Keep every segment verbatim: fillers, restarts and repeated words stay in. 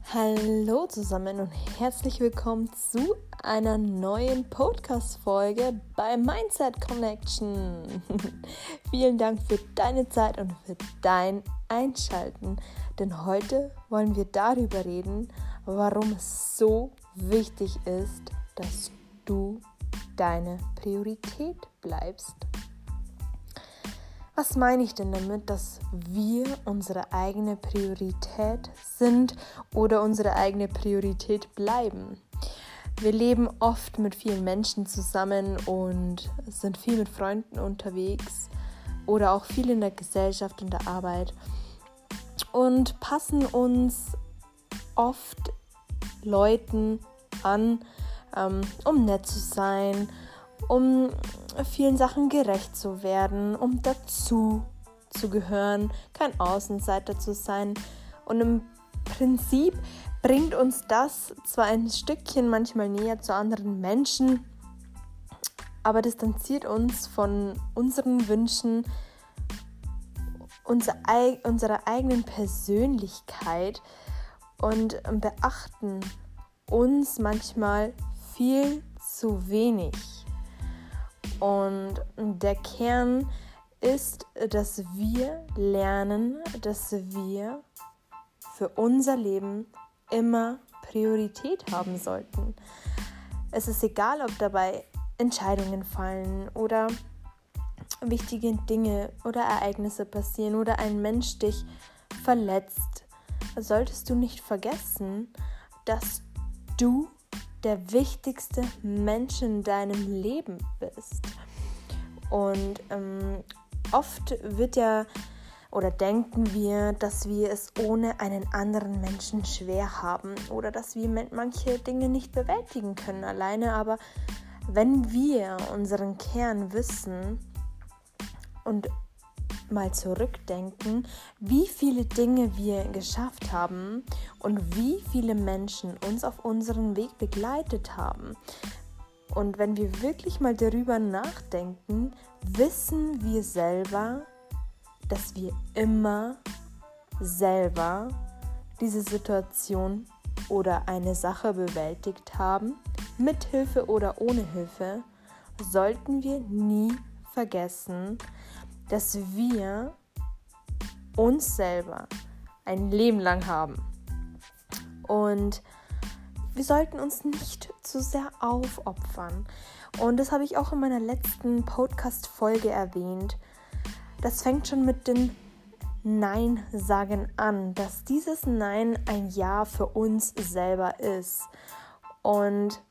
Hallo zusammen und herzlich willkommen zu einer neuen Podcast-Folge bei Mindset Connection. Vielen Dank für deine Zeit und für dein Einschalten, denn heute wollen wir darüber reden, warum es so wichtig ist, dass du deine Priorität bleibst. Was meine ich denn damit, dass wir unsere eigene Priorität sind oder unsere eigene Priorität bleiben? Wir leben oft mit vielen Menschen zusammen und sind viel mit Freunden unterwegs oder auch viel in der Gesellschaft und der Arbeit und passen uns oft Leuten an, ähm, um nett zu sein, um vielen Sachen gerecht zu werden, um dazu zu gehören, kein Außenseiter zu sein. Und im Prinzip bringt uns das zwar ein Stückchen manchmal näher zu anderen Menschen, aber distanziert uns von unseren Wünschen, unser, unserer eigenen Persönlichkeit und beachten uns manchmal viel zu wenig. Und der Kern ist, dass wir lernen, dass wir für unser Leben immer Priorität haben sollten. Es ist egal, ob dabei Entscheidungen fallen oder wichtige Dinge oder Ereignisse passieren oder ein Mensch dich verletzt. Solltest du nicht vergessen, dass du der wichtigste Mensch in deinem Leben bist. Und ähm, oft wird ja oder denken wir, dass wir es ohne einen anderen Menschen schwer haben oder dass wir manche Dinge nicht bewältigen können alleine. Aber wenn wir unseren Kern wissen und mal zurückdenken, wie viele Dinge wir geschafft haben und wie viele Menschen uns auf unserem Weg begleitet haben. Und wenn wir wirklich mal darüber nachdenken, wissen wir selber, dass wir immer selber diese Situation oder eine Sache bewältigt haben, mit Hilfe oder ohne Hilfe, sollten wir nie vergessen, dass wir uns selber ein Leben lang haben. Und wir sollten uns nicht zu sehr aufopfern. Und das habe ich auch in meiner letzten Podcast-Folge erwähnt. Das fängt schon mit dem Nein-Sagen an, dass dieses Nein ein Ja für uns selber ist. Und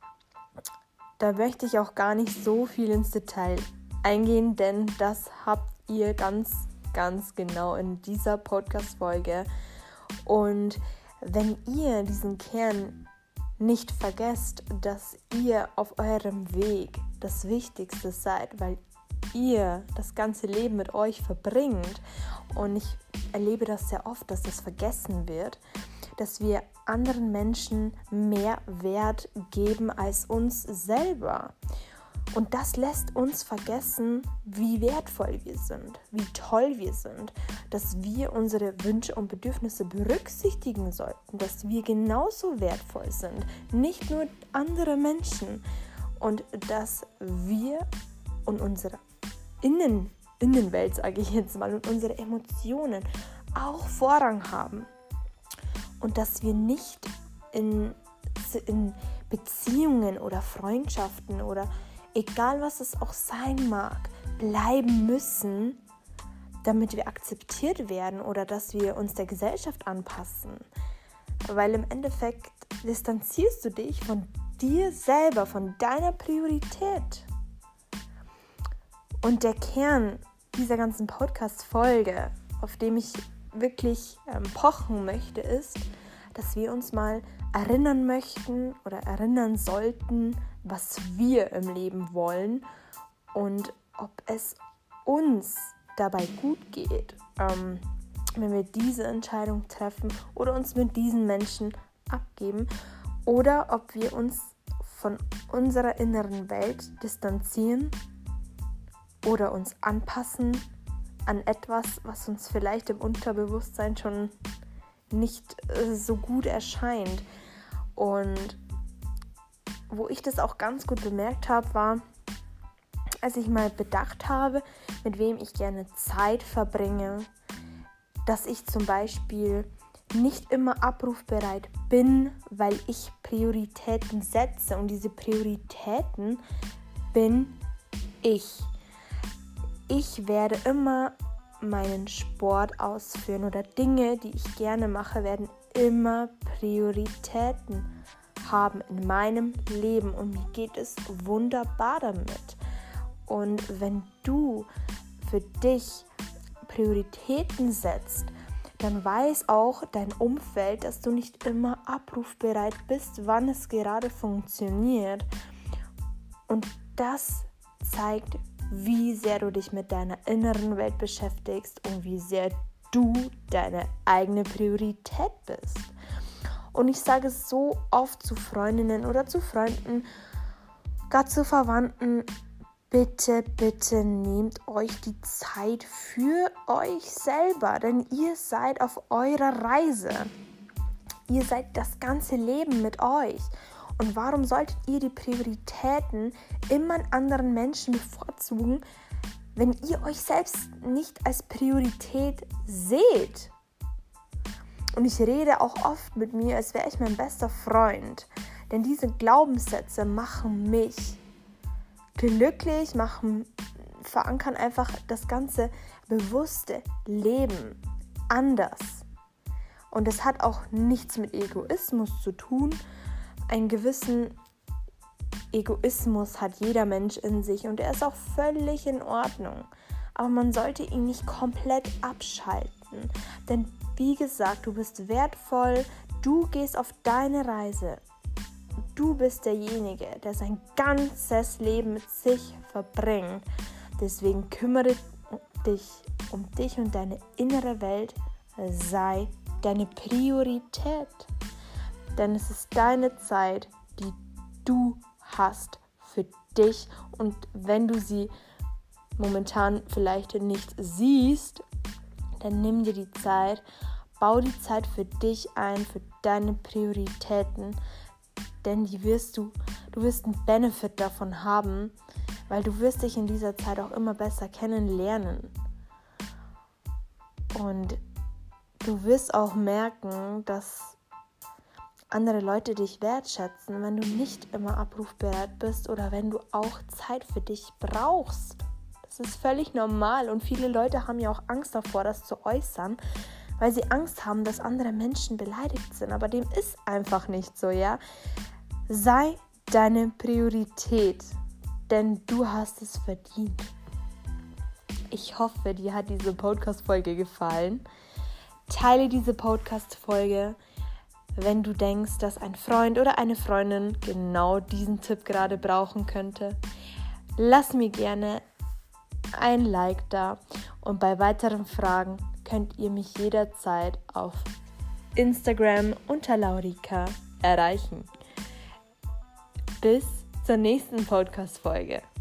da möchte ich auch gar nicht so viel ins Detail eingehen, denn das habt ihr ganz, ganz genau in dieser Podcast-Folge. Und wenn ihr diesen Kern nicht vergesst, dass ihr auf eurem Weg das Wichtigste seid, weil ihr das ganze Leben mit euch verbringt, und ich erlebe das sehr oft, dass das vergessen wird, dass wir anderen Menschen mehr Wert geben als uns selber. Und das lässt uns vergessen, wie wertvoll wir sind, wie toll wir sind, dass wir unsere Wünsche und Bedürfnisse berücksichtigen sollten, dass wir genauso wertvoll sind, nicht nur andere Menschen, und dass wir und unsere Innen, Innenwelt, sage ich jetzt mal, und unsere Emotionen auch Vorrang haben und dass wir nicht in, in Beziehungen oder Freundschaften oder egal was es auch sein mag, bleiben müssen, damit wir akzeptiert werden oder dass wir uns der Gesellschaft anpassen. Weil im Endeffekt distanzierst du dich von dir selber, von deiner Priorität. Und der Kern dieser ganzen Podcast-Folge, auf dem ich wirklich ähm, pochen möchte, ist, dass wir uns mal erinnern möchten oder erinnern sollten, was wir im Leben wollen und ob es uns dabei gut geht, ähm, wenn wir diese Entscheidung treffen oder uns mit diesen Menschen abgeben oder ob wir uns von unserer inneren Welt distanzieren oder uns anpassen an etwas, was uns vielleicht im Unterbewusstsein schon nicht äh, so gut erscheint. Und wo ich das auch ganz gut bemerkt habe, war, als ich mal bedacht habe, mit wem ich gerne Zeit verbringe, dass ich zum Beispiel nicht immer abrufbereit bin, weil ich Prioritäten setze. Und diese Prioritäten bin ich. Ich werde immer meinen Sport ausführen oder Dinge, die ich gerne mache, werden immer Prioritäten haben in meinem Leben. Und mir geht es wunderbar damit. Und wenn du für dich Prioritäten setzt, dann weiß auch dein Umfeld, dass du nicht immer abrufbereit bist, wann es gerade funktioniert. Und das zeigt, wie sehr du dich mit deiner inneren Welt beschäftigst und wie sehr du deine eigene Priorität bist. Und ich sage es so oft zu Freundinnen oder zu Freunden, gar zu Verwandten: Bitte, bitte nehmt euch die Zeit für euch selber, denn ihr seid auf eurer Reise. Ihr seid das ganze Leben mit euch. Und warum solltet ihr die Prioritäten immer an anderen Menschen bevorzugen, wenn ihr euch selbst nicht als Priorität seht? Und ich rede auch oft mit mir, als wäre ich mein bester Freund. Denn diese Glaubenssätze machen mich glücklich, machen, verankern einfach das ganze bewusste Leben anders. Und das hat auch nichts mit Egoismus zu tun. Einen gewissen Egoismus hat jeder Mensch in sich und er ist auch völlig in Ordnung. Aber man sollte ihn nicht komplett abschalten. Denn wie gesagt, du bist wertvoll, du gehst auf deine Reise. Du bist derjenige, der sein ganzes Leben mit sich verbringt. Deswegen kümmere dich um dich und deine innere Welt. Sei deine Priorität. Denn es ist deine Zeit, die du hast für dich. Und wenn du sie momentan vielleicht nicht siehst, dann nimm dir die Zeit, bau die Zeit für dich ein, für deine Prioritäten. Denn die wirst du, du wirst einen Benefit davon haben, weil du wirst dich in dieser Zeit auch immer besser kennenlernen. Und du wirst auch merken, dass andere Leute dich wertschätzen, wenn du nicht immer abrufbereit bist oder wenn du auch Zeit für dich brauchst. Das ist völlig normal und viele Leute haben ja auch Angst davor, das zu äußern, weil sie Angst haben, dass andere Menschen beleidigt sind. Aber dem ist einfach nicht so, ja. Sei deine Priorität, denn du hast es verdient. Ich hoffe, dir hat diese Podcast-Folge gefallen. Teile diese Podcast-Folge, wenn du denkst, dass ein Freund oder eine Freundin genau diesen Tipp gerade brauchen könnte. Lass mir gerne ein Like da und bei weiteren Fragen könnt ihr mich jederzeit auf Instagram unter Laurika erreichen. Bis zur nächsten Podcast-Folge.